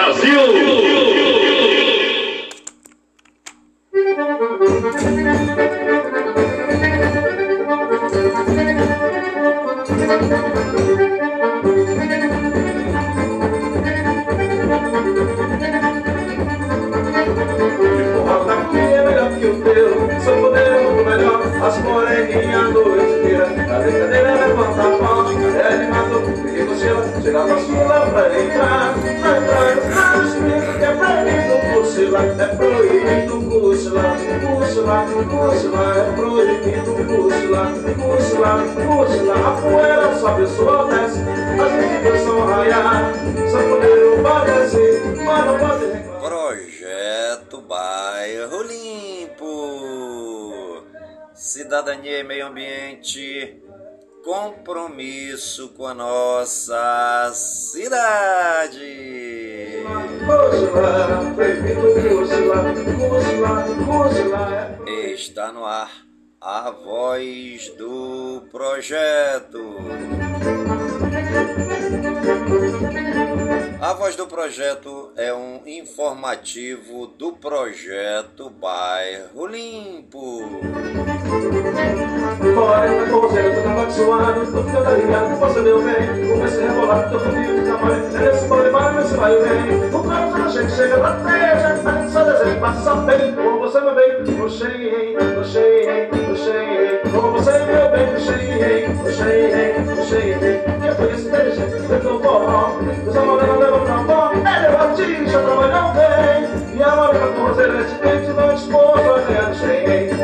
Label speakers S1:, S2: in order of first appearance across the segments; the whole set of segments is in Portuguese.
S1: Brasil!
S2: As moreninhas a noite inteira, a brincadeira levanta a mão, é animado, e cochila, chega pra sua pra entrar, que é proibido cochilar, é proibido cochilar, é proibido cochilar, a poeira sobe, sua desce, as meninas são raiar, sanfoneiro pode descer, mas não pode reclamar.
S3: Projeto Bairro Limpo. Cidadania e meio ambiente, compromisso com a nossa cidade. Está no ar a voz do projeto. A voz do projeto é um informativo do projeto Bairro Limpo.
S2: Morena, corroseira, tu tava suado, tu fica ligado, você meu bem. Comecei a rebolar, teu filho tá mole, nesse polimar, nesse vai e vem. O carro da gente chega na teja, a gente só deseja passar bem. Com você meu bem, com você meu bem, com eu conheço inteligente, eu tô bom. Os amores levam pra bom, ele é artista, trabalham bem. E a morena, corroseira, te tem de noite, esposa, olhando cheio.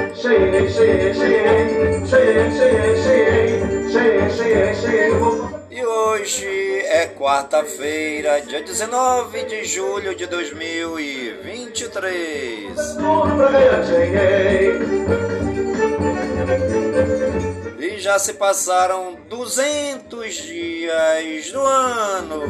S3: E hoje é quarta-feira, dia 19 de julho de 2023. E já se passaram 200 dias do ano.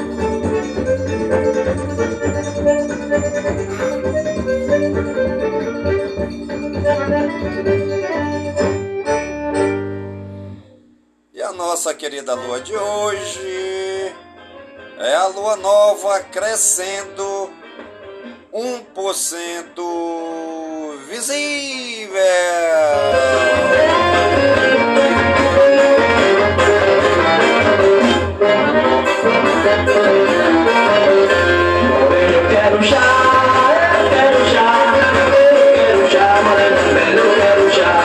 S3: E a nossa querida lua de hoje é a lua nova crescendo 1% visível.
S2: Eu quero já, morena, eu quero já.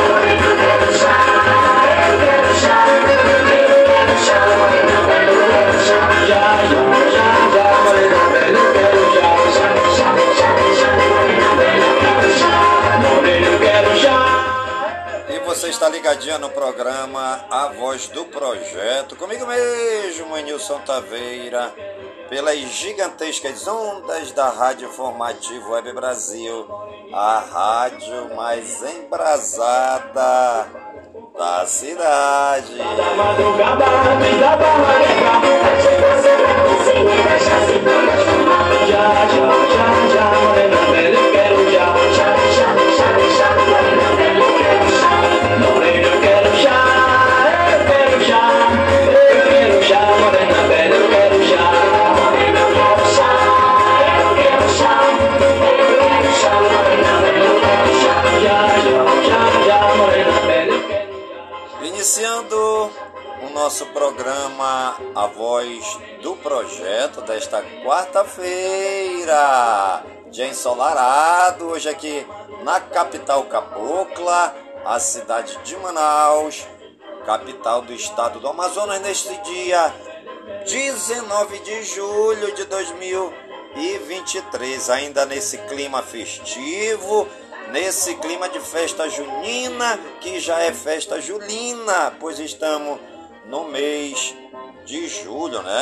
S3: E você está ligadinha no programa A Voz do Projeto, comigo mesmo, Nilson Taveira, pelas gigantescas ondas da Rádio Informativo Web Brasil, a rádio mais embrasada da cidade. Iniciando o nosso programa A Voz do Projeto desta quarta-feira, dia ensolarado, hoje aqui na capital cabocla, a cidade de Manaus, capital do estado do Amazonas, neste dia 19 de julho de 2023, ainda nesse clima festivo, nesse clima de festa junina, que já é festa julina, pois estamos no mês de julho, né?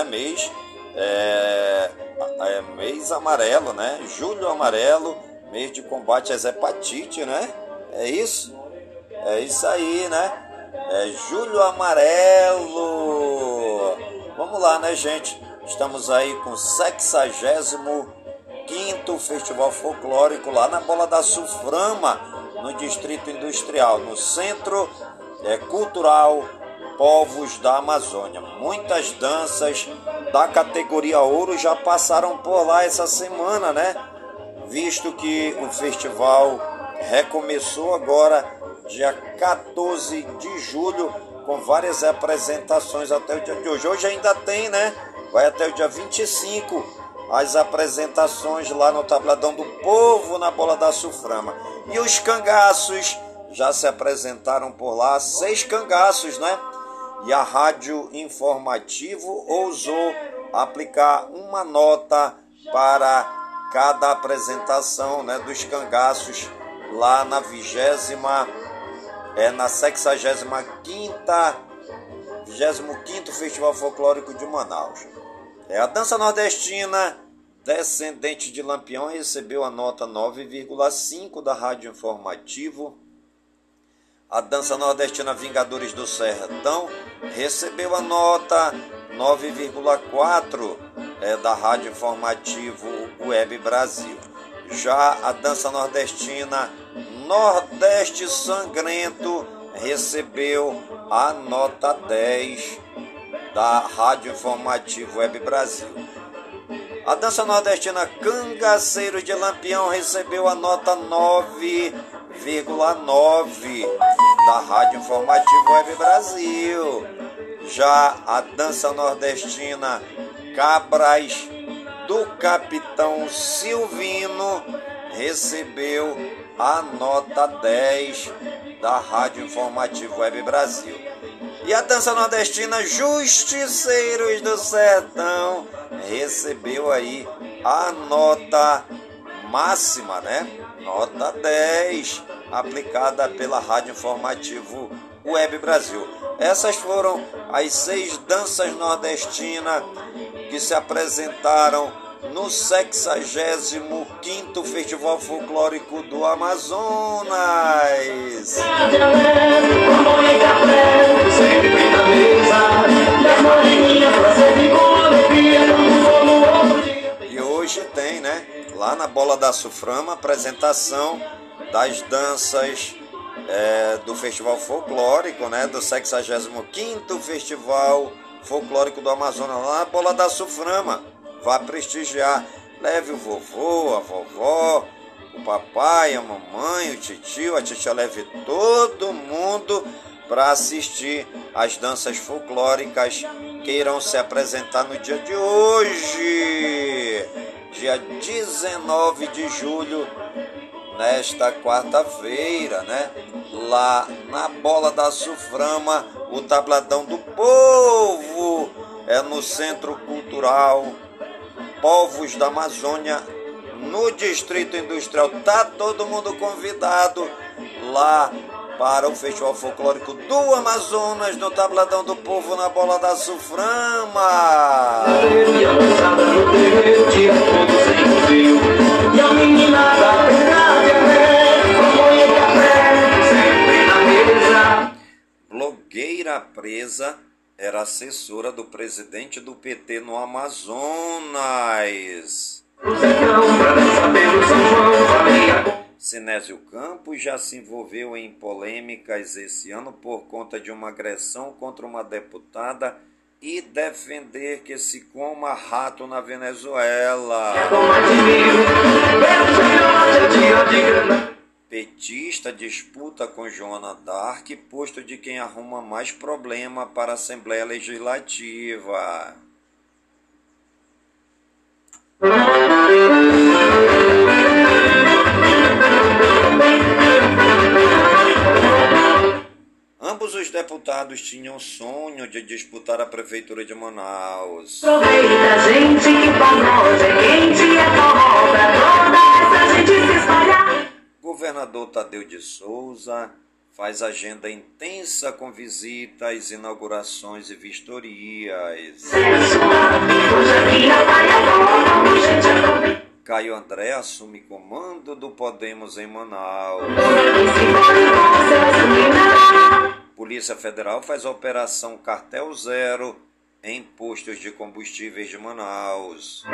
S3: Mês amarelo, né? Julho amarelo, mês de combate às hepatites, né? É isso? É isso aí, né? É julho amarelo. Vamos lá, né, gente? Estamos aí com o 65º Festival Folclórico lá na Bola da Sulframa, no Distrito Industrial, no Centro Cultural Povos da Amazônia. Muitas danças da categoria ouro já passaram por lá essa semana, né? Visto que o festival recomeçou agora, dia 14 de julho, com várias apresentações até o dia de hoje. Hoje ainda tem, né? Vai até o dia 25 as apresentações lá no Tabladão do Povo, na Bola da Suframa. E os cangaços já se apresentaram por lá, 6 cangaços, né? E a Rádio Informativo ousou aplicar uma nota para cada apresentação, né, dos cangaços lá na 25º Festival Folclórico de Manaus. A dança nordestina Descendente de Lampião recebeu a nota 9,5 da Rádio Informativo. A dança nordestina Vingadores do Sertão recebeu a nota 9,4 da Rádio Informativo Web Brasil. Já a dança nordestina Nordeste Sangrento recebeu a nota 10 da Rádio Informativo Web Brasil. A dança nordestina Cangaceiros de Lampião recebeu a nota 9,9 da Rádio Informativo Web Brasil. Já a dança nordestina Cabras do Capitão Silvino recebeu a nota 10 da Rádio Informativo Web Brasil. E a dança nordestina Justiceiros do Sertão recebeu aí a nota máxima, né? Nota 10, aplicada pela Rádio Informativo Web Brasil. Essas foram as 6 danças nordestinas que se apresentaram no 65º Festival Folclórico do Amazonas. E hoje tem, né, lá na Bola da Suframa, apresentação das danças do Festival Folclórico, né, do 65º Festival Folclórico do Amazonas, lá na Bola da Suframa. Vá prestigiar, leve o vovô, a vovó, o papai, a mamãe, o titio, a titia, leve todo mundo para assistir as danças folclóricas que irão se apresentar no dia de hoje, dia 19 de julho, nesta quarta-feira, né? Lá na Bola da Suframa, o Tabladão do Povo, no Centro Cultural Povos da Amazônia, no Distrito Industrial. Tá todo mundo convidado lá para o Festival Folclórico do Amazonas, no Tabladão do Povo, na Bola da Suframa. Blogueira presa era assessora do presidente do PT no Amazonas. Sinésio Campos já se envolveu em polêmicas esse ano por conta de uma agressão contra uma deputada e defender que se coma rato na Venezuela. Petista disputa com Joana Dark posto de quem arruma mais problema para a Assembleia Legislativa. Ambos os deputados tinham sonho de disputar a Prefeitura de Manaus.
S1: Aproveita, gente, que pagode é quente, é forró pra toda essa gente se espalhar.
S3: Governador Tadeu de Souza faz agenda intensa com visitas, inaugurações e vistorias. Caio André assume comando do Podemos em Manaus. Polícia Federal faz a operação Cartel Zero em postos de combustíveis de Manaus.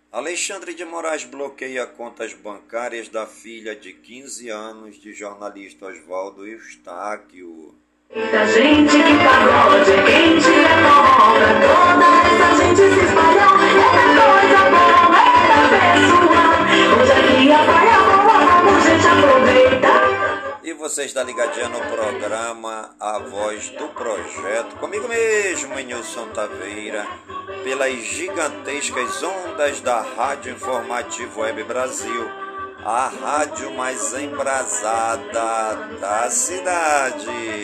S3: Alexandre de Moraes bloqueia contas bancárias da filha de 15 anos de jornalista Oswaldo Eustáquio.
S1: Muita gente que pagode, quente é forró, pra toda essa gente se espalhar. É coisa boa, é pessoal. Hoje aqui a praia boa, vamos gente aproveita.
S3: E você está ligadinho no programa A Voz do Projeto, comigo mesmo, Nilson Taveira, pelas gigantescas ondas da Rádio Informativo Web Brasil, a rádio mais embrasada da cidade.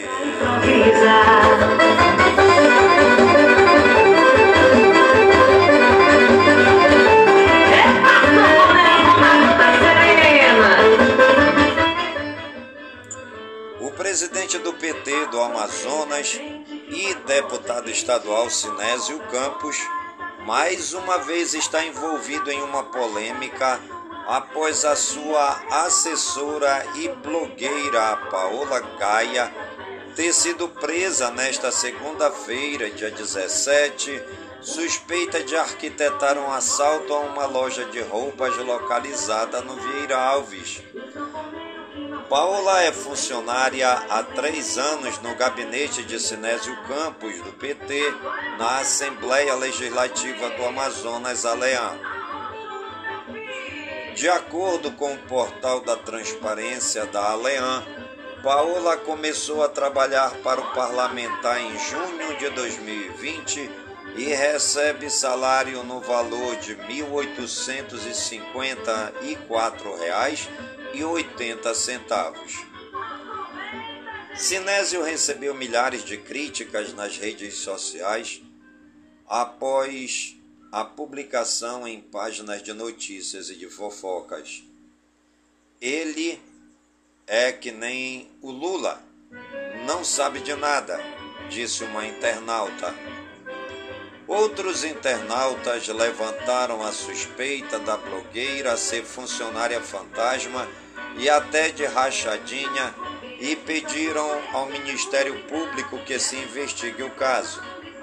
S3: O presidente do PT do Amazonas e deputado estadual Sinésio Campos mais uma vez está envolvido em uma polêmica após a sua assessora e blogueira Paola Gaia ter sido presa nesta segunda-feira, dia 17, suspeita de arquitetar um assalto a uma loja de roupas localizada no Vieira Alves. Paola é funcionária há 3 anos no gabinete de Sinésio Campos, do PT, na Assembleia Legislativa do Amazonas, Aleã. De acordo com o portal da Transparência da Aleã, Paola começou a trabalhar para o parlamentar em junho de 2020 e recebe salário no valor de R$ 1.854,80. Sinésio recebeu milhares de críticas nas redes sociais após a publicação em páginas de notícias e de fofocas. Ele é que nem o Lula, não sabe de nada, disse uma internauta. Outros internautas levantaram a suspeita da blogueira ser funcionária fantasma e até de rachadinha e pediram ao Ministério Público que se investigue o caso.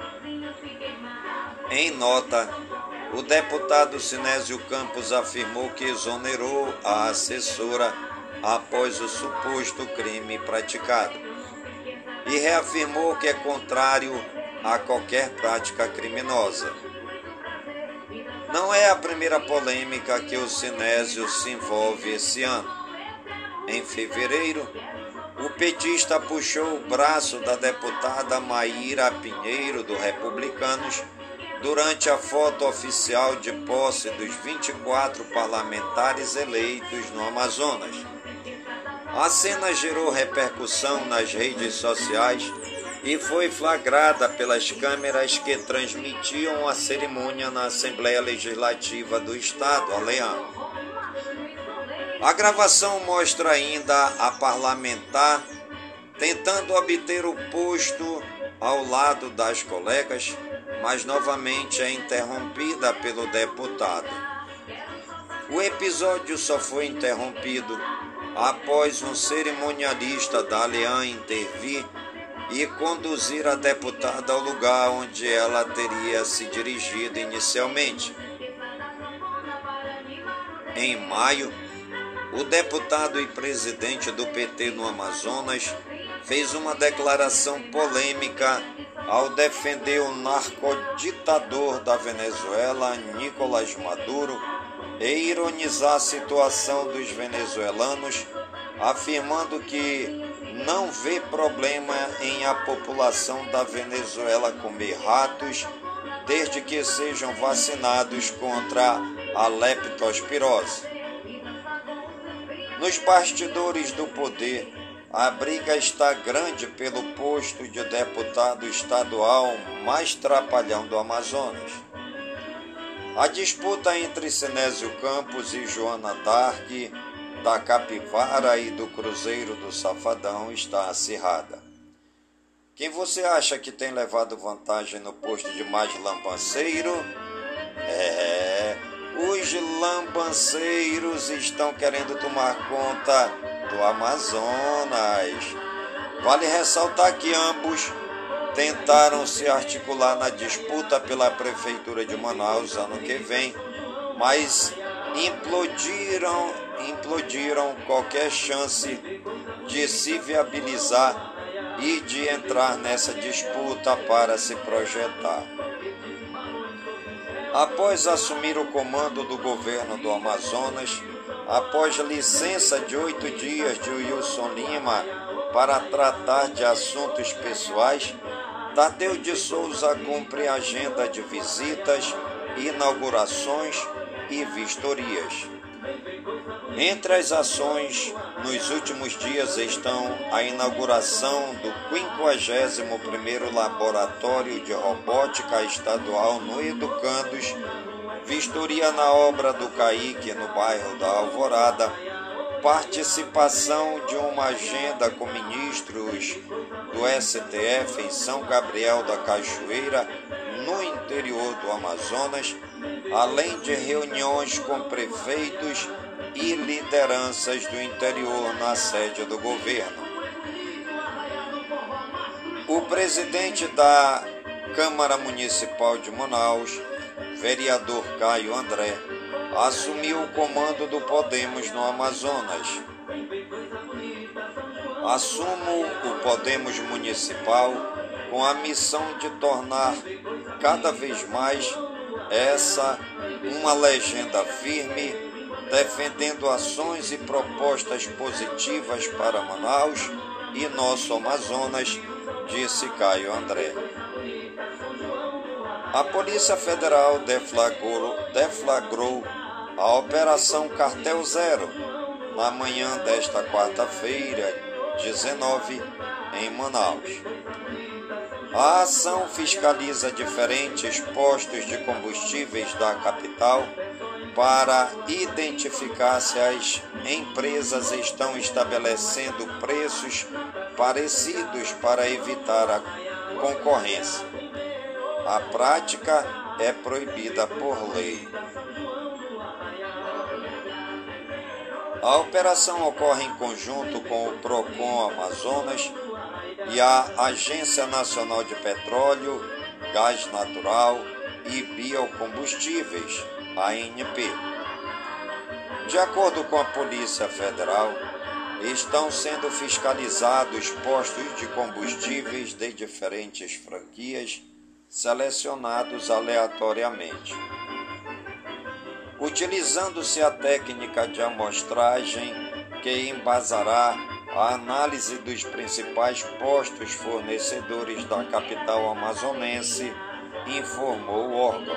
S3: Em nota, o deputado Sinésio Campos afirmou que exonerou a assessora após o suposto crime praticado e reafirmou que é contrário a qualquer prática criminosa. Não é a primeira polêmica que o Sinésio se envolve esse ano. Em fevereiro, o petista puxou o braço da deputada Maíra Pinheiro, do Republicanos, durante a foto oficial de posse dos 24 parlamentares eleitos no Amazonas. A cena gerou repercussão nas redes sociais e foi flagrada pelas câmeras que transmitiam a cerimônia na Assembleia Legislativa do Estado, Aleã. A gravação mostra ainda a parlamentar tentando obter o posto ao lado das colegas, mas novamente é interrompida pelo deputado. O episódio só foi interrompido após um cerimonialista da Aleã intervir e conduzir a deputada ao lugar onde ela teria se dirigido inicialmente. Em maio, o deputado e presidente do PT no Amazonas fez uma declaração polêmica ao defender o narcoditador da Venezuela, Nicolás Maduro, e ironizar a situação dos venezuelanos, afirmando que não vê problema em a população da Venezuela comer ratos, desde que sejam vacinados contra a leptospirose. Nos bastidores do poder, a briga está grande pelo posto de deputado estadual mais trapalhão do Amazonas. A disputa entre Sinésio Campos e Joana Dark, da Capivara e do Cruzeiro do Safadão, está acirrada. Quem você acha que tem levado vantagem no posto de mais lambanceiro? Os lambanceiros estão querendo tomar conta do Amazonas. Vale ressaltar que ambos tentaram se articular na disputa pela Prefeitura de Manaus ano que vem, mas implodiram qualquer chance de se viabilizar e de entrar nessa disputa para se projetar. Após assumir o comando do governo do Amazonas, após licença de 8 dias de Wilson Lima para tratar de assuntos pessoais, Tadeu de Souza cumpre agenda de visitas, inaugurações e vistorias. Entre as ações nos últimos dias estão a inauguração do 51º Laboratório de Robótica Estadual no Educandos, vistoria na obra do CAIC no bairro da Alvorada, participação de uma agenda com ministros do STF em São Gabriel da Cachoeira, no interior do Amazonas, além de reuniões com prefeitos e lideranças do interior na sede do governo. O presidente da Câmara Municipal de Manaus, vereador Caio André, assumiu o comando do Podemos no Amazonas. Assumo o Podemos Municipal com a missão de tornar cada vez mais essa uma legenda firme, defendendo ações e propostas positivas para Manaus e nosso Amazonas, disse Caio André. A Polícia Federal deflagrou a Operação Cartel Zero na manhã desta quarta-feira, 19, em Manaus. A ação fiscaliza diferentes postos de combustíveis da capital para identificar se as empresas estão estabelecendo preços parecidos para evitar a concorrência. A prática é proibida por lei. A operação ocorre em conjunto com o PROCON Amazonas e a Agência Nacional de Petróleo, Gás Natural e Biocombustíveis, ANP. De acordo com a Polícia Federal, estão sendo fiscalizados postos de combustíveis de diferentes franquias, selecionados aleatoriamente. Utilizando-se a técnica de amostragem que embasará a análise dos principais postos fornecedores da capital amazonense, informou o órgão.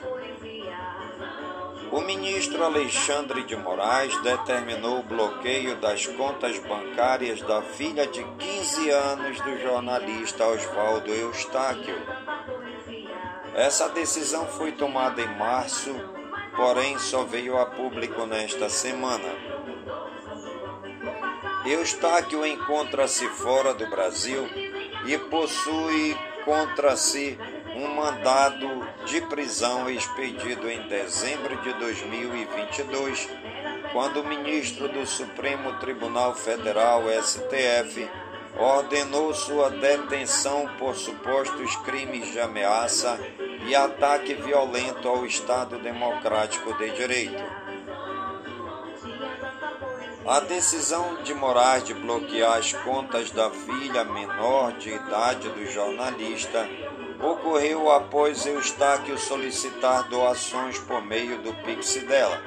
S3: O ministro Alexandre de Moraes determinou o bloqueio das contas bancárias da filha de 15 anos do jornalista Oswaldo Eustáquio. Essa decisão foi tomada em março, porém só veio a público nesta semana. Eustáquio encontra-se fora do Brasil e possui contra si um mandado de prisão expedido em dezembro de 2022, quando o ministro do Supremo Tribunal Federal, STF, ordenou sua detenção por supostos crimes de ameaça e ataque violento ao Estado Democrático de Direito. A decisão de Moraes de bloquear as contas da filha menor de idade do jornalista ocorreu após Eustáquio solicitar doações por meio do Pix dela.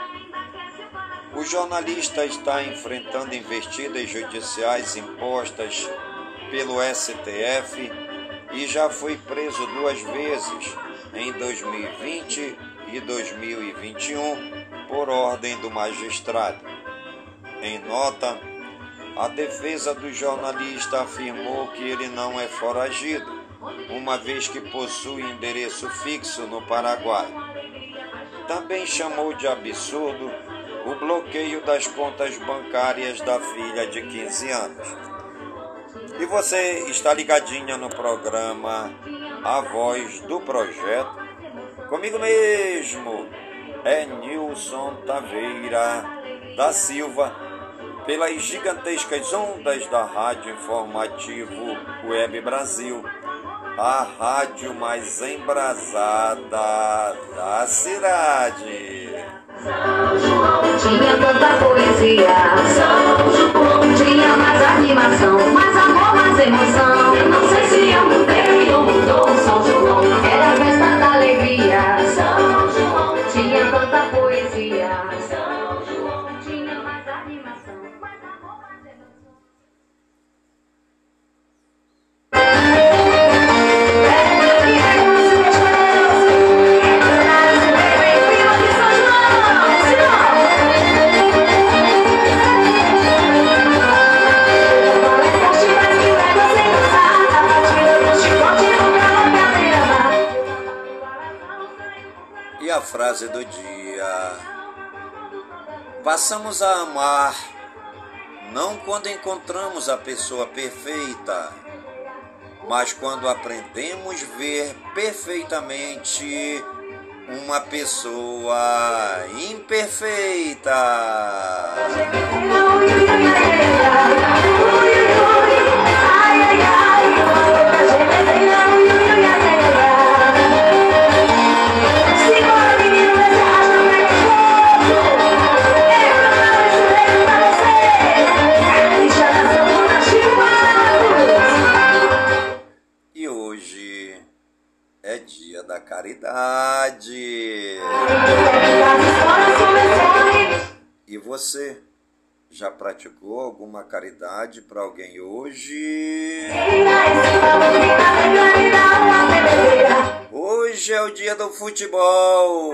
S3: O jornalista está enfrentando investidas judiciais impostas pelo STF e já foi preso 2 vezes, em 2020 e 2021, por ordem do magistrado. Em nota, a defesa do jornalista afirmou que ele não é foragido, uma vez que possui endereço fixo no Paraguai. Também chamou de absurdo o bloqueio das contas bancárias da filha de 15 anos. E você está ligadinha no programa A Voz do Projeto? Comigo mesmo, é Nilson Taveira da Silva, pelas gigantescas ondas da Rádio Informativo Web Brasil, a rádio mais embrasada da cidade.
S1: São João tinha tanta poesia. São João tinha mais animação, mais amor, mais emoção. Eu não sei se eu mudei ou mudou. São João era a festa da alegria. São João tinha tanta poesia. São João tinha mais animação, mais amor, mais emoção.
S3: E a frase do dia: passamos a amar não quando encontramos a pessoa perfeita, mas quando aprendemos a ver perfeitamente uma pessoa imperfeita. E hoje é dia da caridade. E você já praticou alguma caridade para alguém hoje? Hoje é o dia do futebol.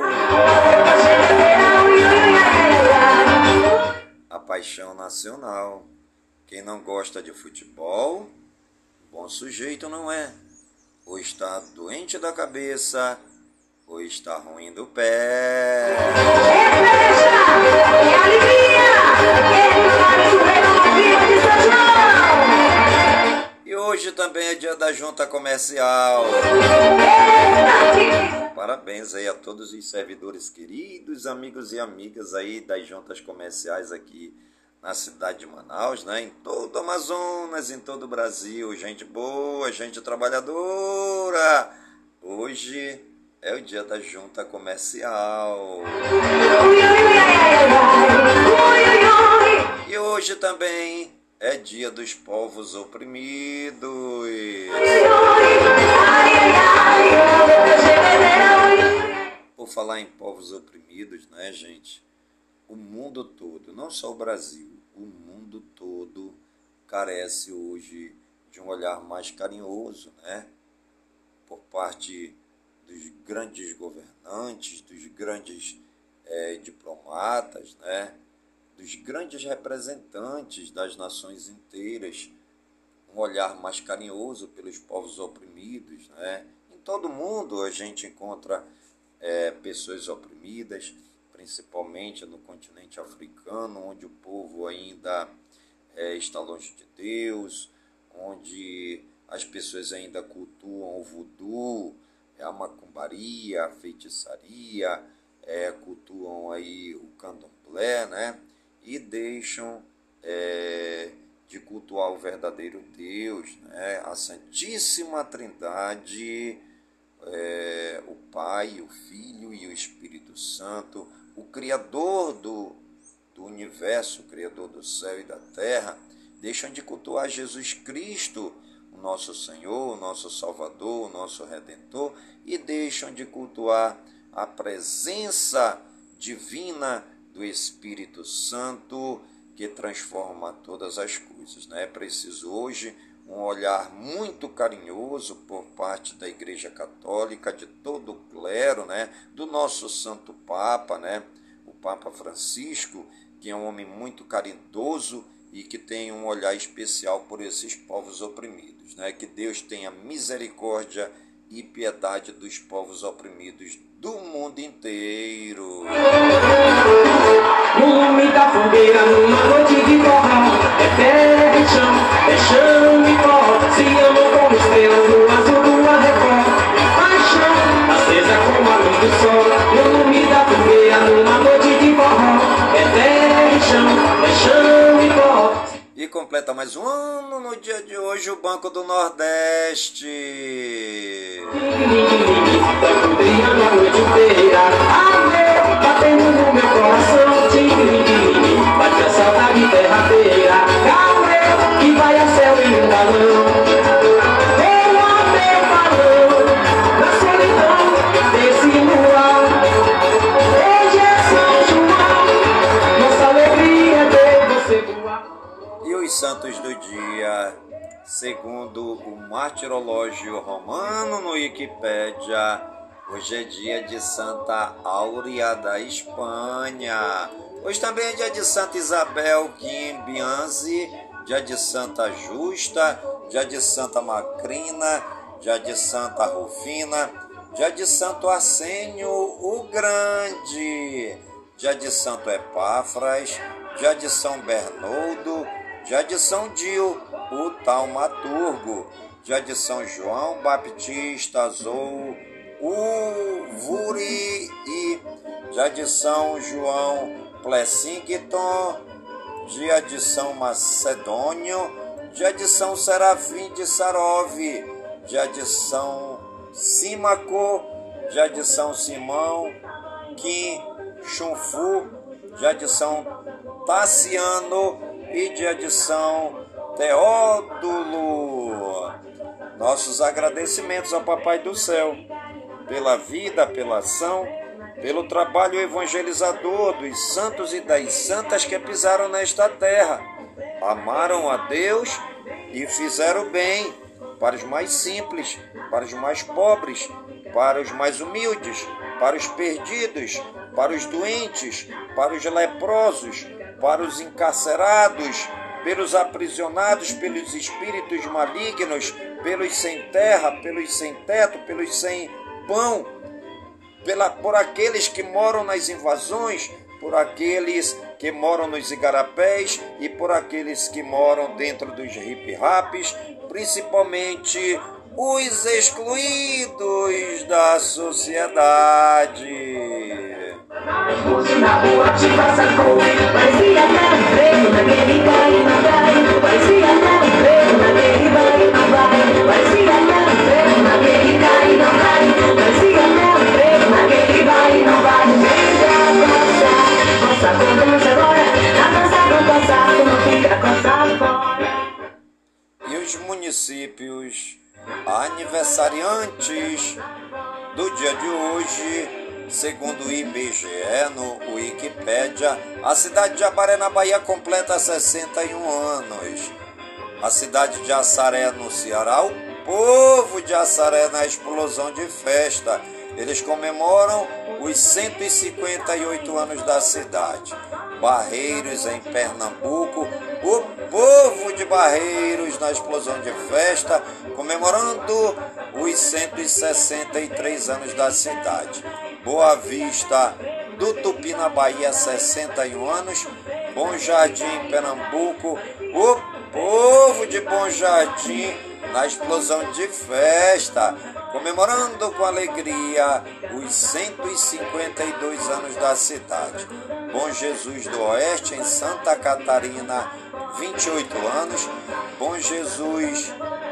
S3: A paixão nacional. Quem não gosta de futebol, bom sujeito não é. Ou está doente da cabeça, ou está ruim do pé. E hoje também é dia da junta comercial. Parabéns aí a todos os servidores queridos, amigos e amigas aí das juntas comerciais aqui na cidade de Manaus, né? Em todo o Amazonas, em todo o Brasil. Gente boa, gente trabalhadora. Hoje é o dia da junta comercial. E hoje também é dia dos povos oprimidos. Por falar em povos oprimidos, né, gente? O mundo todo, não só o Brasil, o mundo todo carece hoje de um olhar mais carinhoso, né? Por parte dos grandes governantes, dos grandes diplomatas, né? Dos grandes representantes das nações inteiras, um olhar mais carinhoso pelos povos oprimidos, né? Em todo mundo a gente encontra pessoas oprimidas, principalmente no continente africano, onde o povo ainda está longe de Deus, onde as pessoas ainda cultuam o voodoo, a macumbaria, a feitiçaria, cultuam aí o candomblé, né? E deixam de cultuar o verdadeiro Deus, né? A Santíssima Trindade, o Pai, o Filho e o Espírito Santo, o Criador do universo, o Criador do céu e da terra, deixam de cultuar Jesus Cristo, o nosso Senhor, o nosso Salvador, o nosso Redentor, e deixam de cultuar a presença divina do Espírito Santo, que transforma todas as coisas, né? É preciso hoje um olhar muito carinhoso por parte da Igreja Católica, de todo o clero, né? Do nosso Santo Papa, né? O Papa Francisco, que é um homem muito caridoso e que tem um olhar especial por esses povos oprimidos, né? Que Deus tenha misericórdia e piedade dos povos oprimidos do mundo inteiro.
S4: No lume da fogueira, numa noite de forró, é terra e chão, é chão e pó, se amam como estrelas no azul do arrebol. Paixão, acesa como a luz do sol, no lume da fogueira, numa noite de forró, é terra e chão, é chão e pó.
S3: E completa mais um ano no dia de hoje, o Banco do Nordeste.
S4: Brilhando a noite inteira, batendo no meu coração, bate a saudade derradeira, Gabriel, que vai a céu em um balão. Vou até balão, na solidão desse luar. Hoje é São João, nossa alegria é ver você voar.
S3: E os santos do dia, segundo o martirológio romano no Wikipédia, hoje é dia de Santa Áurea da Espanha. Hoje também é dia de Santa Isabel Quimbianzi, dia de Santa Justa, dia de Santa Macrina, dia de Santa Rufina, dia de Santo Arsênio o Grande, dia de Santo Epáfras, dia de São Bernardo, dia de São Dio, o taumaturgo, dia de São João Baptista Zou, o Vuri, dia de São João Plessington, dia de São Macedônio, dia de São Serafim de Sarov, dia de São Símaco, dia de São Simão Kim Chunfu, dia de São Tassiano e dia de São Teódulo. Nossos agradecimentos ao Papai do Céu pela vida, pela ação, pelo trabalho evangelizador dos santos e das santas que pisaram nesta terra, amaram a Deus e fizeram bem para os mais simples, para os mais pobres, para os mais humildes, para os perdidos, para os doentes, para os leprosos, para os encarcerados, pelos aprisionados, pelos espíritos malignos, pelos sem terra, pelos sem teto, pelos sem pão, por aqueles que moram nas invasões, por aqueles que moram nos igarapés e por aqueles que moram dentro dos hip-raps, principalmente os excluídos da sociedade.
S1: Na rua ativa sacou, parecia até um freio naquele vai e não vai, parecia até um freio naquele vai e não vai, parecia até um freio naquele cai e não cai, parecia até um freio naquele vai e não vai. Vem pra dançar, dança com dança agora, na dança do dançado não fica cansado fora.
S3: E os municípios aniversariantes do dia de hoje, segundo o IBGE, no Wikipédia, a cidade de Abaré, na Bahia, completa 61 anos. A cidade de Assaré, no Ceará, o povo de Assaré na explosão de festa. Eles comemoram os 158 anos da cidade. Barreiros, em Pernambuco, o povo de Barreiros na explosão de festa, comemorando os 163 anos da cidade. Boa Vista do Tupi, na Bahia, 61 anos. Bom Jardim, em Pernambuco, o povo de Bom Jardim na explosão de festa, comemorando com alegria os 152 anos da cidade. Bom Jesus do Oeste, em Santa Catarina, 28 anos. Bom Jesus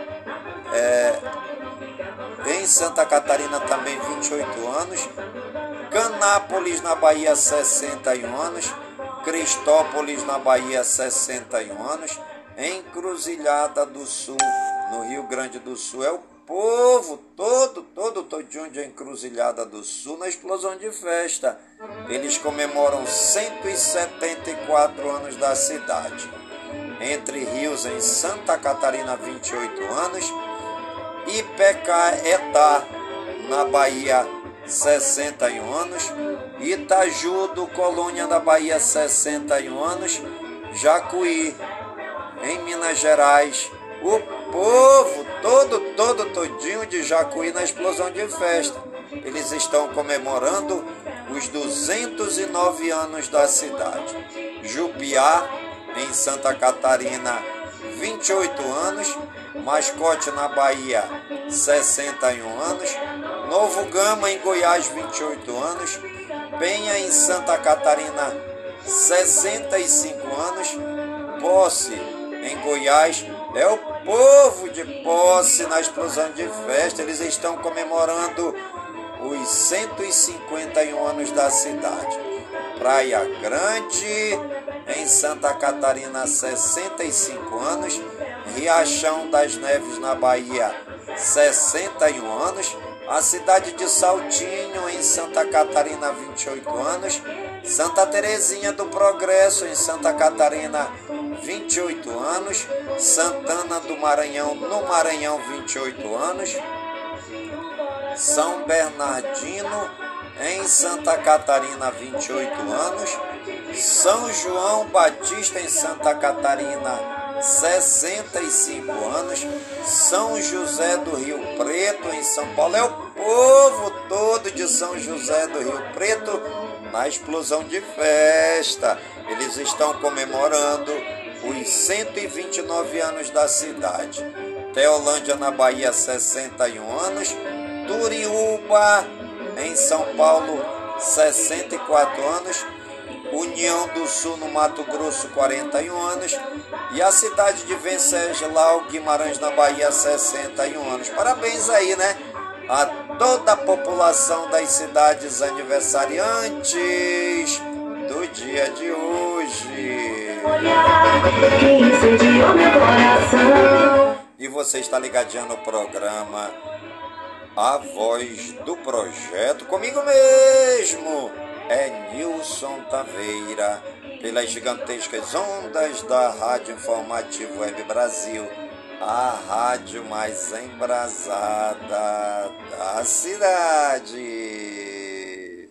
S3: em Santa Catarina também 28 anos. Canápolis, na Bahia, 61 anos. Cristópolis, na Bahia, 61 anos. Encruzilhada do Sul, no Rio Grande do Sul, é o povo todinho de Encruzilhada do Sul na explosão de festa. Eles comemoram 174 anos da cidade. Entre Rios, em Santa Catarina, 28 anos. Ipecaetá, na Bahia, 61 anos. Itaju do Colônia, na Bahia, 61 anos. Jacuí, em Minas Gerais, o povo todinho de Jacuí na explosão de festa. Eles estão comemorando os 209 anos da cidade. Jupiá, em Santa Catarina, 28 anos. Mascote, na Bahia, 61 anos. Novo Gama, em Goiás, 28 anos. Penha, em Santa Catarina, 65 anos. Posse, em Goiás, é o povo de posse na explosão de festa. Eles estão comemorando os 151 anos da cidade. Praia Grande, em Santa Catarina, 65 anos. Riachão das Neves, na Bahia, 61 anos. A cidade de Saltinho, em Santa Catarina, 28 anos. Santa Terezinha do Progresso, em Santa Catarina, 28 anos. Santana do Maranhão, no Maranhão, 28 anos. São Bernardino, em Santa Catarina, 28 anos. São João Batista, em Santa Catarina, 65 anos. São José do Rio Preto, em São Paulo. É o povo todo de São José do Rio Preto na explosão de festa. Eles estão comemorando os 129 anos da cidade. Teolândia, na Bahia, 61 anos. Turiúba, em São Paulo, 64 anos. União do Sul, no Mato Grosso, 41 anos. E a cidade de Venceslau, Guimarães, na Bahia, 61 anos. Parabéns aí, né? A toda a população das cidades aniversariantes do dia de hoje. E você está ligadinho no programa A Voz do Projeto, comigo mesmo, é Nilson Taveira, pelas gigantescas ondas da Rádio Informativo Web Brasil, a rádio mais embrasada da cidade.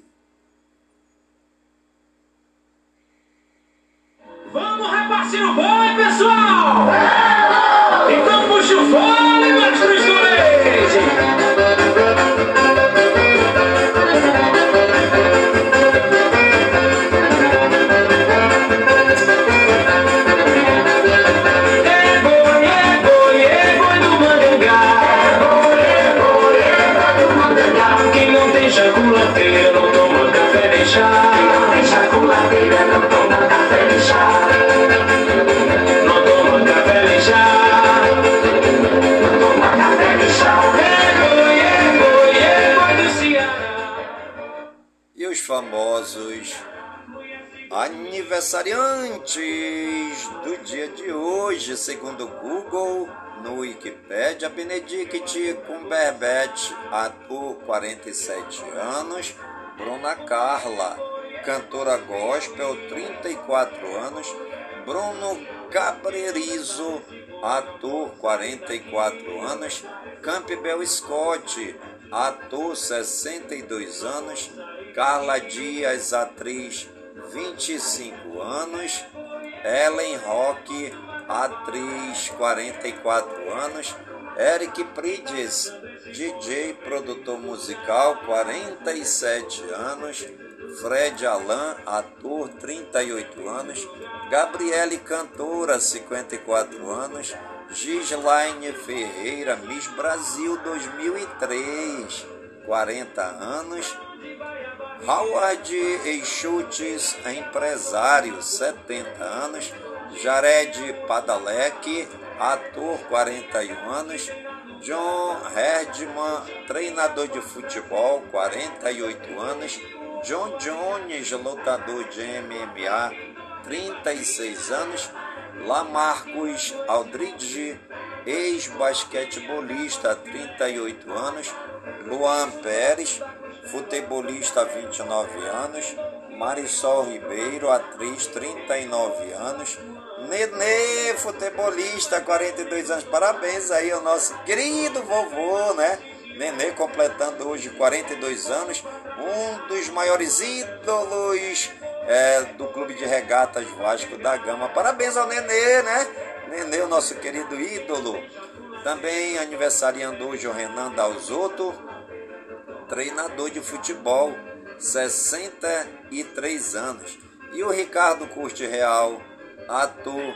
S4: Vamos repartir o boi, pessoal! Então puxa o fone, mestres do leite! Chaculadeira não toma café nem chá. Tem chaculadeira, não toma café nem chá. Não toma café nem chá. Não toma café nem chá. É boi do Ceará.
S3: E os famosos aniversariantes do dia de hoje, segundo o Google, no Wikipedia: Benedict Cumberbatch, ator, 47 anos. Bruna Carla, cantora gospel, 34 anos. Bruno Cabrerizo, ator, 44 anos. Campbell Scott, ator, 62 anos. Carla Dias, atriz, 25 anos. Ellen Rock, atriz, 44 anos. Eric Prydz, DJ, produtor musical, 47 anos. Fred Alan, ator, 38 anos. Gabriele, cantora, 54 anos. Gislaine Ferreira, Miss Brasil 2003, 40 anos. Howard Schultz, empresário, 70 anos. Jared Padalecki, ator, 41 anos. John Herdman, treinador de futebol, 48 anos. John Jones, lutador de MMA, 36 anos. Lamarcus Aldridge, ex-basquetebolista, 38 anos. Luan Pérez, futebolista, 29 anos. Marisol Ribeiro, atriz, 39 anos. Nenê, futebolista, 42 anos. Parabéns aí ao nosso querido vovô, né? Nenê completando hoje 42 anos. Um dos maiores ídolos do Clube de Regatas Vasco da Gama. Parabéns ao Nenê, né? Nenê, o nosso querido ídolo. Também aniversariando hoje o Renan Dalzotto, treinador de futebol, 63 anos. E o Ricardo Curti Real, ator,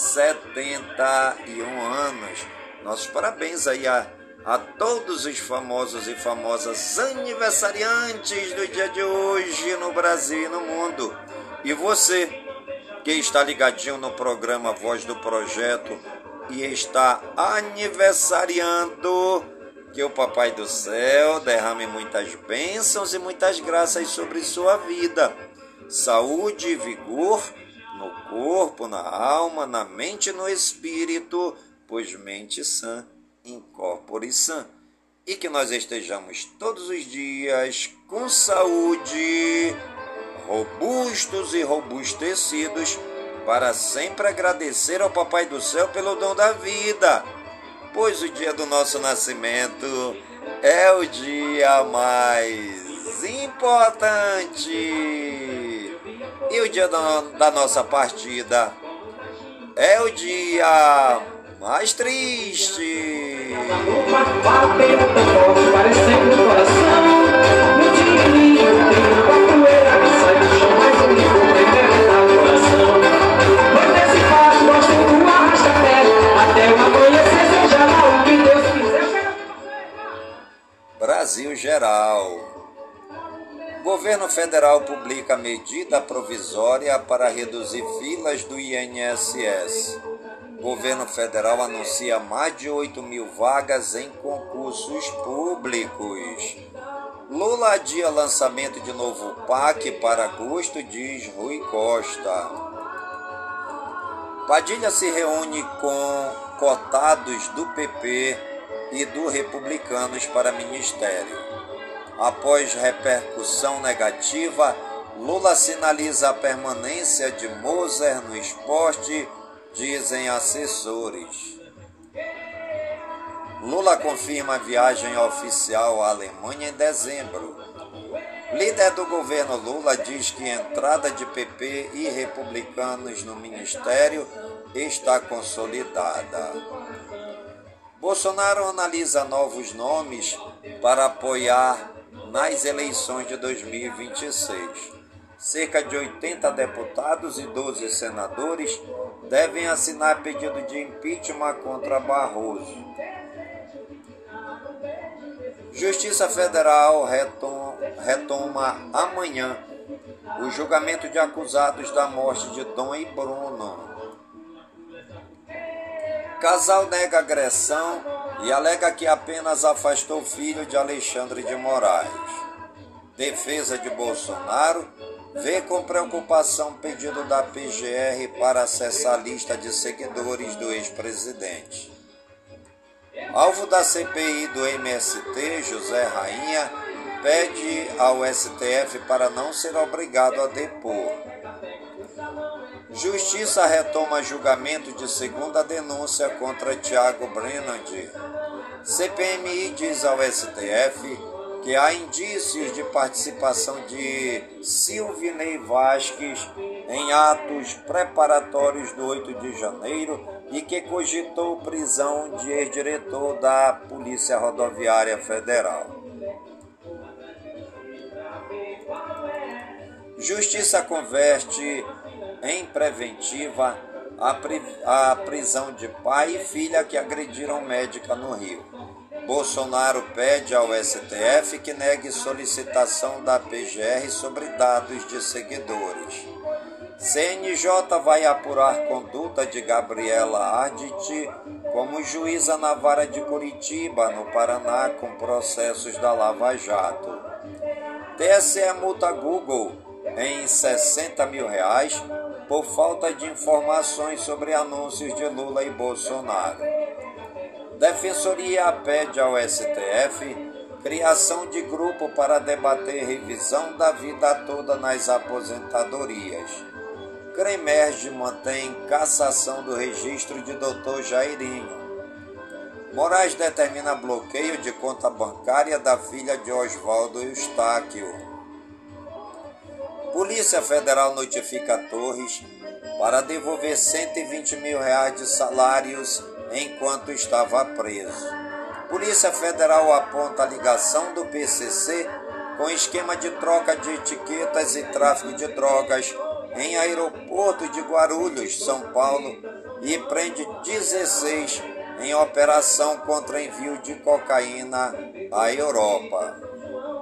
S3: 71 anos. Nossos parabéns aí a todos os famosos e famosas aniversariantes do dia de hoje no Brasil e no mundo. E você, que está ligadinho no programa Voz do Projeto e está aniversariando. Que o Papai do Céu derrame muitas bênçãos e muitas graças sobre sua vida. Saúde e vigor no corpo, na alma, na mente e no espírito, pois mente sã, incorpore sã. E que nós estejamos todos os dias com saúde, robustos e robustecidos, para sempre agradecer ao Papai do Céu pelo dom da vida, pois o dia do nosso nascimento é o dia mais importante e o dia da nossa partida é o dia mais triste. Brasil Geral. Governo Federal publica medida provisória para reduzir filas do INSS. Governo Federal anuncia mais de 8.000 vagas em concursos públicos. Lula adia lançamento de novo PAC para agosto, diz Rui Costa. Padilha se reúne com cotados do PP e do Republicanos para ministério. Após repercussão negativa, Lula sinaliza a permanência de Moser no esporte, dizem assessores. Lula confirma a viagem oficial à Alemanha em dezembro. Líder do governo Lula diz que a entrada de PP e Republicanos no ministério está consolidada. Bolsonaro analisa novos nomes para apoiar nas eleições de 2026. Cerca de 80 deputados e 12 senadores devem assinar pedido de impeachment contra Barroso. Justiça Federal retoma amanhã o julgamento de acusados da morte de Dom e Bruno. Casal nega agressão e alega que apenas afastou o filho de Alexandre de Moraes. Defesa de Bolsonaro vê com preocupação pedido da PGR para acessar a lista de seguidores do ex-presidente. Alvo da CPI do MST, José Rainha, pede ao STF para não ser obrigado a depor. Justiça retoma julgamento de segunda denúncia contra Thiago Brenand. CPMI diz ao STF que há indícios de participação de Silvinei Vasquez em atos preparatórios do 8 de janeiro e que cogitou prisão de ex-diretor da Polícia Rodoviária Federal. Justiça converte em preventiva a prisão de pai e filha que agrediram médica no Rio. Bolsonaro pede ao STF que negue solicitação da PGR sobre dados de seguidores. CNJ vai apurar conduta de Gabriela Arditi como juíza na vara de Curitiba, no Paraná, com processos da Lava Jato. TSE multa Google em R$60 mil por falta de informações sobre anúncios de Lula e Bolsonaro. Defensoria pede ao STF criação de grupo para debater revisão da vida toda nas aposentadorias. Cremerge mantém cassação do registro de Dr. Jairinho. Moraes determina bloqueio de conta bancária da filha de Oswaldo Eustáquio. Polícia Federal notifica Torres para devolver R$120 mil de salários enquanto estava preso. Polícia Federal aponta a ligação do PCC com esquema de troca de etiquetas e tráfico de drogas em aeroporto de Guarulhos, São Paulo, e prende 16 em operação contra envio de cocaína à Europa.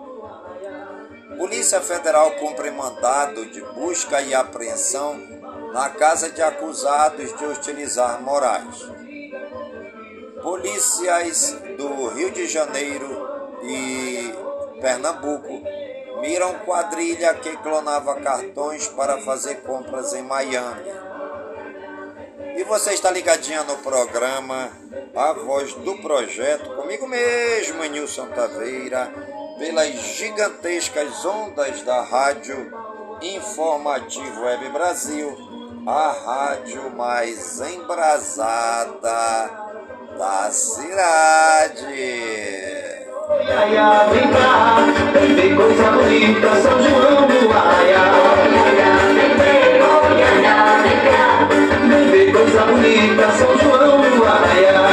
S3: Polícia Federal cumpre mandado de busca e apreensão na casa de acusados de hostilizar Moraes. Policiais do Rio de Janeiro e Pernambuco miram quadrilha que clonava cartões para fazer compras em Miami. E você está ligadinha no programa A Voz do Projeto, comigo mesmo, Nilson Taveira, pelas gigantescas ondas da Rádio Informativo Web Brasil, a rádio mais embrasada da cidade.
S4: Vem cá, vem coisa bonita, São João do Arraiá. Vem ver coisa bonita, São João do Arraiá.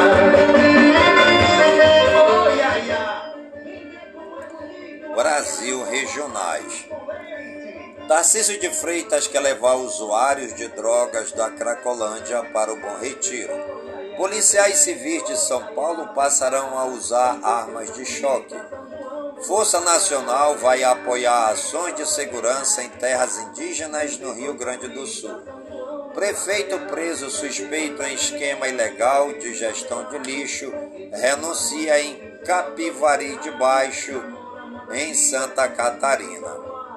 S3: Brasil Regionais. Tarcísio de Freitas quer levar usuários de drogas da Cracolândia para o Bom Retiro. Policiais civis de São Paulo passarão a usar armas de choque. Força Nacional vai apoiar ações de segurança em terras indígenas no Rio Grande do Sul. Prefeito preso suspeito em esquema ilegal de gestão de lixo renuncia em Capivari de Baixo, em Santa Catarina.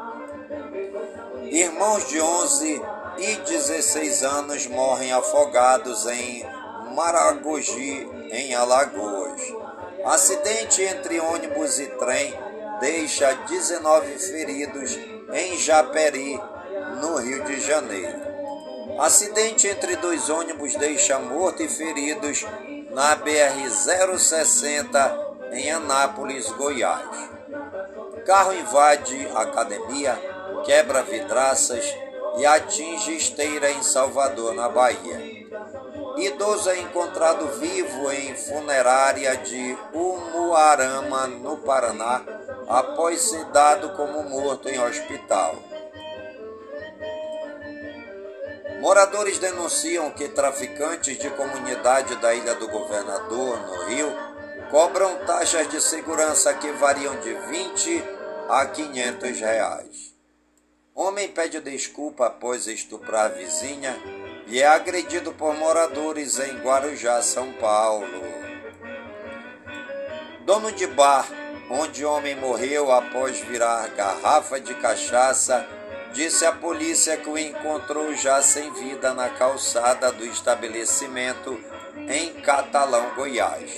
S3: Irmãos de 11 e 16 anos morrem afogados em Maragogi, em Alagoas. Acidente entre ônibus e trem deixa 19 feridos em Japeri, no Rio de Janeiro. Acidente entre dois ônibus deixa morto e feridos na BR-060, em Anápolis, Goiás. Carro invade academia, quebra vidraças e atinge esteira em Salvador, na Bahia. Idoso é encontrado vivo em funerária de Umuarama, no Paraná, após ser dado como morto em hospital. Moradores denunciam que traficantes de comunidade da Ilha do Governador, no Rio, cobram taxas de segurança que variam de R$20 a R$500. Homem pede desculpa após estuprar a vizinha e é agredido por moradores em Guarujá, São Paulo. Dono de bar, onde homem morreu após virar garrafa de cachaça, disse à polícia que o encontrou já sem vida na calçada do estabelecimento em Catalão, Goiás.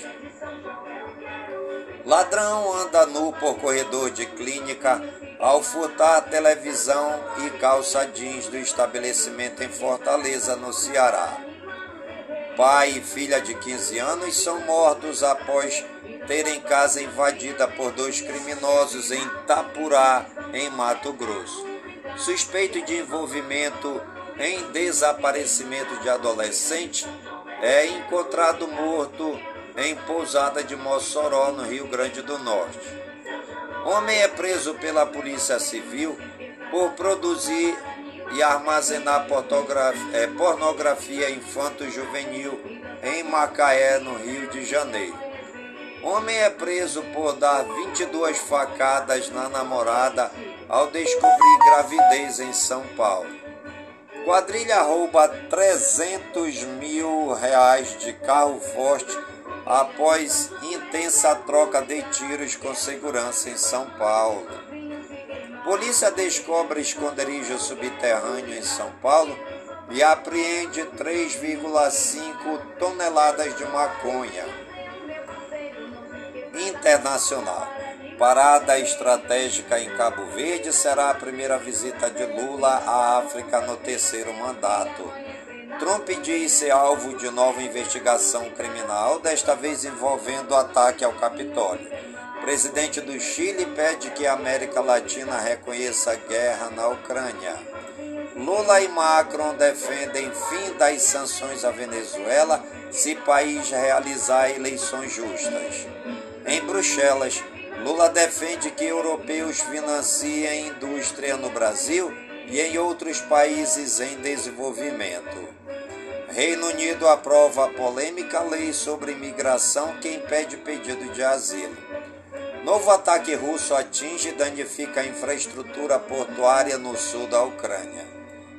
S3: Ladrão anda nu por corredor de clínica ao furtar a televisão e calça jeans do estabelecimento em Fortaleza, no Ceará. Pai e filha de 15 anos são mortos após terem casa invadida por dois criminosos em Itapurá, em Mato Grosso. Suspeito de envolvimento em desaparecimento de adolescente é encontrado morto em Pousada de Mossoró, no Rio Grande do Norte. Homem é preso pela Polícia Civil por produzir e armazenar pornografia infanto-juvenil em Macaé, no Rio de Janeiro. Homem é preso por dar 22 facadas na namorada ao descobrir gravidez em São Paulo. Quadrilha rouba R$300 mil de carro forte após intensa troca de tiros com segurança em São Paulo. Polícia descobre esconderijo subterrâneo em São Paulo e apreende 3,5 toneladas de maconha. Internacional. Parada estratégica em Cabo Verde será a primeira visita de Lula à África no terceiro mandato. Trump diz ser alvo de nova investigação criminal, desta vez envolvendo o ataque ao Capitólio. Presidente do Chile pede que a América Latina reconheça a guerra na Ucrânia. Lula e Macron defendem fim das sanções à Venezuela se país realizar eleições justas. Em Bruxelas, Lula defende que europeus financiem indústria no Brasil e em outros países em desenvolvimento. Reino Unido aprova a polêmica lei sobre imigração que impede pedido de asilo. Novo ataque russo atinge e danifica a infraestrutura portuária no sul da Ucrânia.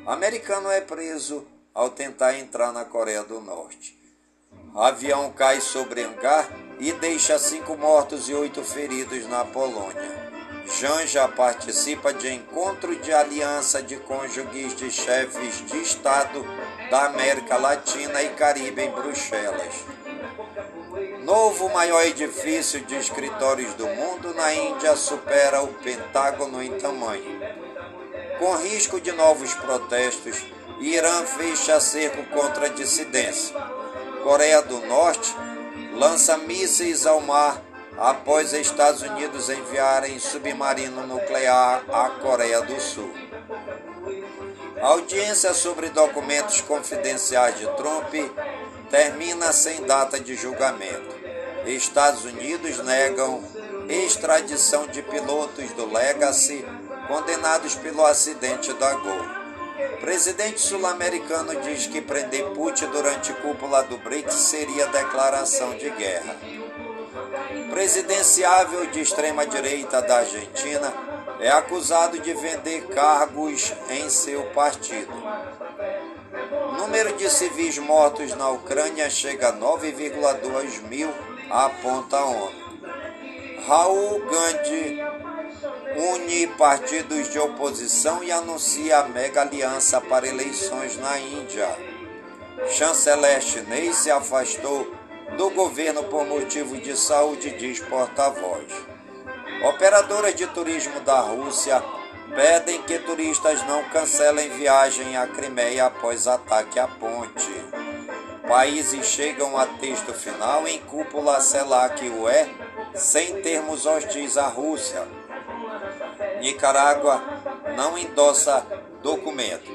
S3: Americano é preso ao tentar entrar na Coreia do Norte. Avião cai sobre hangar e deixa 5 mortos e 8 feridos na Polônia. Janja participa de encontro de aliança de cônjuges de chefes de Estado da América Latina e Caribe em Bruxelas. Novo maior edifício de escritórios do mundo na Índia supera o Pentágono em tamanho. Com risco de novos protestos, Irã fecha cerco contra a dissidência. Coreia do Norte lança mísseis ao mar após Estados Unidos enviarem submarino nuclear à Coreia do Sul. A audiência sobre documentos confidenciais de Trump termina sem data de julgamento. Estados Unidos negam extradição de pilotos do Legacy condenados pelo acidente da Gol. Presidente sul-americano diz que prender Putin durante cúpula do BRICS seria declaração de guerra. Presidenciável de extrema-direita da Argentina é acusado de vender cargos em seu partido. Número de civis mortos na Ucrânia chega a 9,2 mil, aponta a ONU. Raul Gandhi une partidos de oposição e anuncia a mega aliança para eleições na Índia. Chanceler chinês se afastou do governo por motivo de saúde, diz porta-voz. Operadoras de turismo da Rússia pedem que turistas não cancelem viagem à Crimeia após ataque à ponte. Países chegam a texto final em cúpula CELAC-UE sem termos hostis à Rússia. Nicarágua não endossa documento.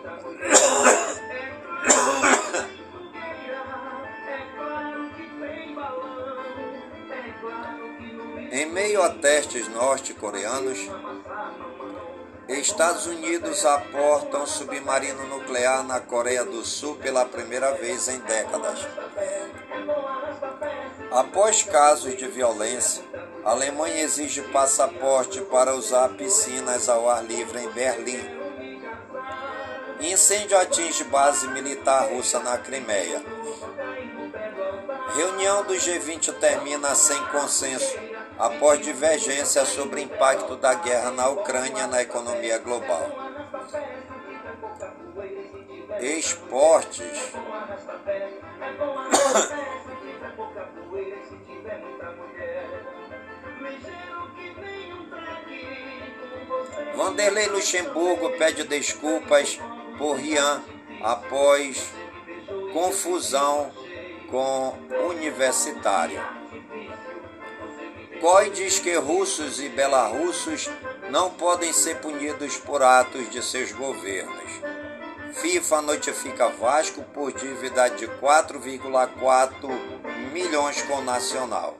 S3: Em meio a testes norte-coreanos, Estados Unidos aportam submarino nuclear na Coreia do Sul pela primeira vez em décadas. Após casos de violência, a Alemanha exige passaporte para usar piscinas ao ar livre em Berlim. Incêndio atinge base militar russa na Crimeia. Reunião do G20 termina sem consenso após divergência sobre o impacto da guerra na Ucrânia na economia global. Esportes. Vanderlei Luxemburgo pede desculpas por Rian após confusão com Universitário. COI diz que russos e belarussos não podem ser punidos por atos de seus governos. FIFA notifica Vasco por dívida de 4,4 milhões com o Nacional.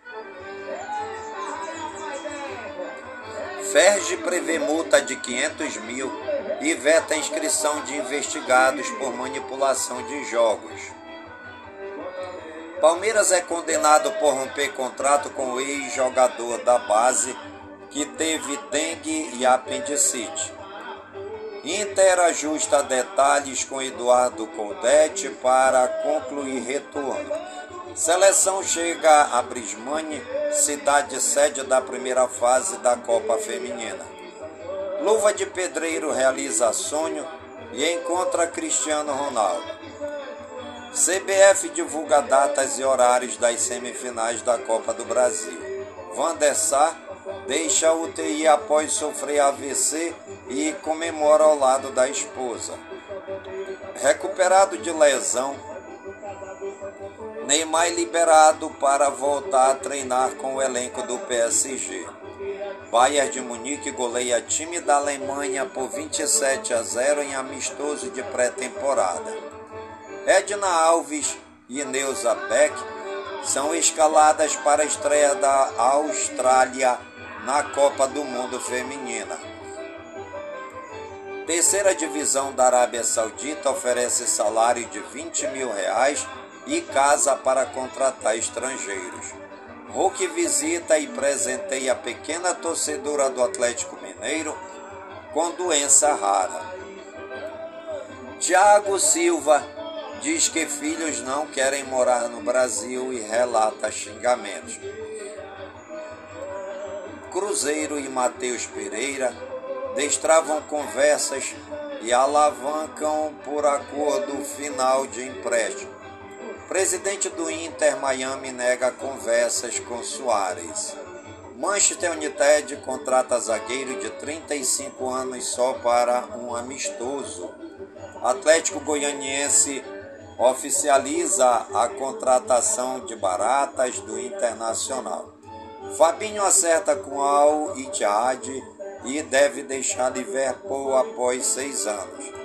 S3: Ferge prevê multa de 500 mil e veta a inscrição de investigados por manipulação de jogos. Palmeiras é condenado por romper contrato com o ex-jogador da base que teve dengue e apendicite. Inter ajusta detalhes com Eduardo Coudet para concluir retorno. Seleção chega a Brisbane, cidade sede da primeira fase da Copa Feminina. Luva de Pedreiro realiza sonho e encontra Cristiano Ronaldo. CBF divulga datas e horários das semifinais da Copa do Brasil. Van der Sar deixa a UTI após sofrer AVC e comemora ao lado da esposa. Recuperado de lesão, Neymar liberado para voltar a treinar com o elenco do PSG. Bayern de Munique goleia time da Alemanha por 27-0 em amistoso de pré-temporada. Edna Alves e Neuza Beck são escaladas para a estreia da Austrália na Copa do Mundo Feminina. Terceira divisão da Arábia Saudita oferece salário de R$20 mil e casa para contratar estrangeiros. Hulk visita e presenteia a pequena torcedora do Atlético Mineiro com doença rara. Tiago Silva diz que filhos não querem morar no Brasil e relata xingamentos. Cruzeiro e Matheus Pereira destravam conversas e alavancam por acordo final de empréstimo. Presidente do Inter Miami nega conversas com Suárez. Manchester United contrata zagueiro de 35 anos só para um amistoso. Atlético Goianiense oficializa a contratação de Baratas do Internacional. Fabinho acerta com Al Ittihad e deve deixar Liverpool após 6 anos.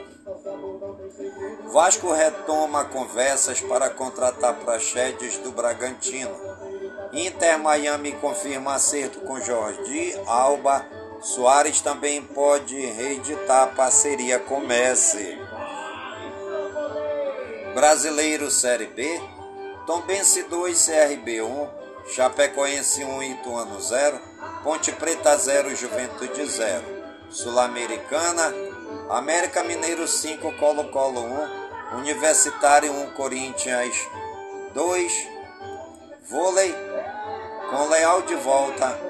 S3: Vasco retoma conversas para contratar Praxedes do Bragantino. Inter Miami confirma acerto com Jordi Alba. Suárez também pode reeditar parceria com Messi. Brasileiro Série B, Tombense 2, CRB 1, Chapecoense 1, Ituano 0, Ponte Preta 0, Juventude 0. Sul-Americana, América Mineiro 5, Colo-Colo 1, Universitário 1, Corinthians 2, Vôlei, com Leal de volta.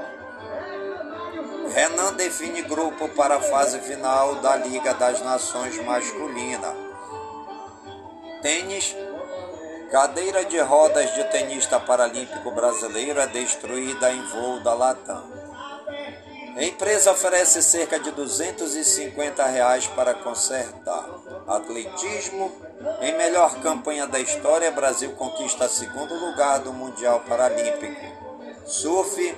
S3: Renan define grupo para a fase final da Liga das Nações masculina. Tênis, cadeira de rodas de tenista paralímpico brasileiro é destruída em voo da Latam. A empresa oferece cerca de R$250 para consertar. Atletismo, em melhor campanha da história, Brasil conquista 2º lugar do Mundial Paralímpico. Surf,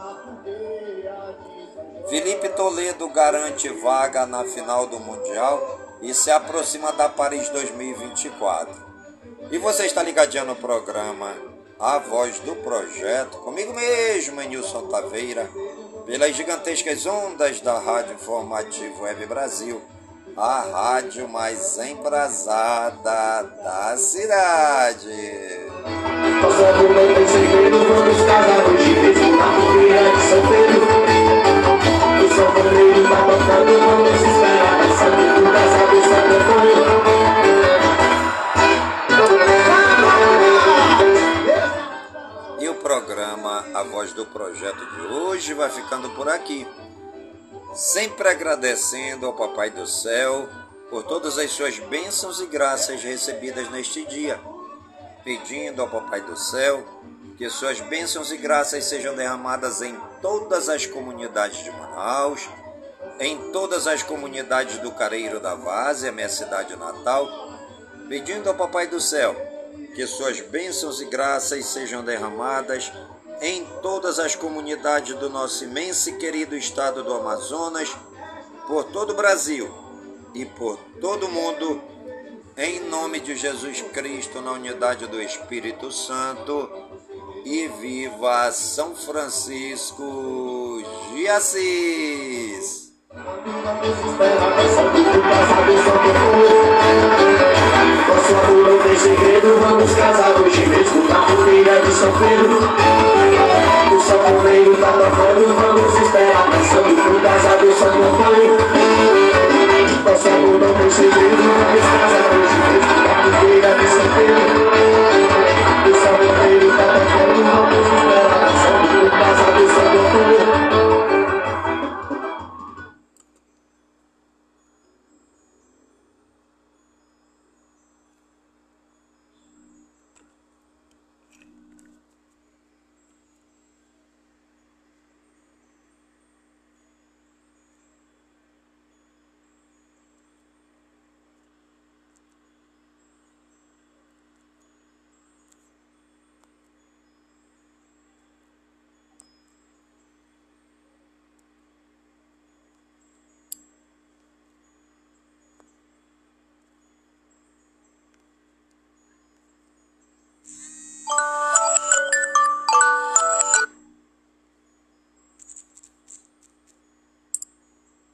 S3: Felipe Toledo garante vaga na final do Mundial e se aproxima da Paris 2024. E você está ligadinho no programa A Voz do Projeto, comigo mesmo, Nilson Taveira, pelas gigantescas ondas da Rádio Informativo Web Brasil, a rádio mais embrasada da cidade.
S4: Nossa dupla tem segredo, vamos casar hoje mesmo na fogueira de São Pedro. O sanfoneiro tá tocando, vamos esperar passando por casa do sanfoneiro.
S3: E o programa A Voz do Projeto de hoje vai ficando por aqui. Sempre agradecendo ao Papai do Céu por todas as suas bênçãos e graças recebidas neste dia. Pedindo ao Papai do Céu que suas bênçãos e graças sejam derramadas em todas as comunidades de Manaus, em todas as comunidades do Careiro da Várzea, minha cidade natal. Pedindo ao Papai do Céu que suas bênçãos e graças sejam derramadas em todas as comunidades do nosso imenso e querido estado do Amazonas, por todo o Brasil e por todo o mundo, em nome de Jesus Cristo, na unidade do Espírito Santo, e viva São Francisco de Assis!
S4: Nosso amor não tem segredo, vamos casar hoje mesmo na fogueira de São Pedro.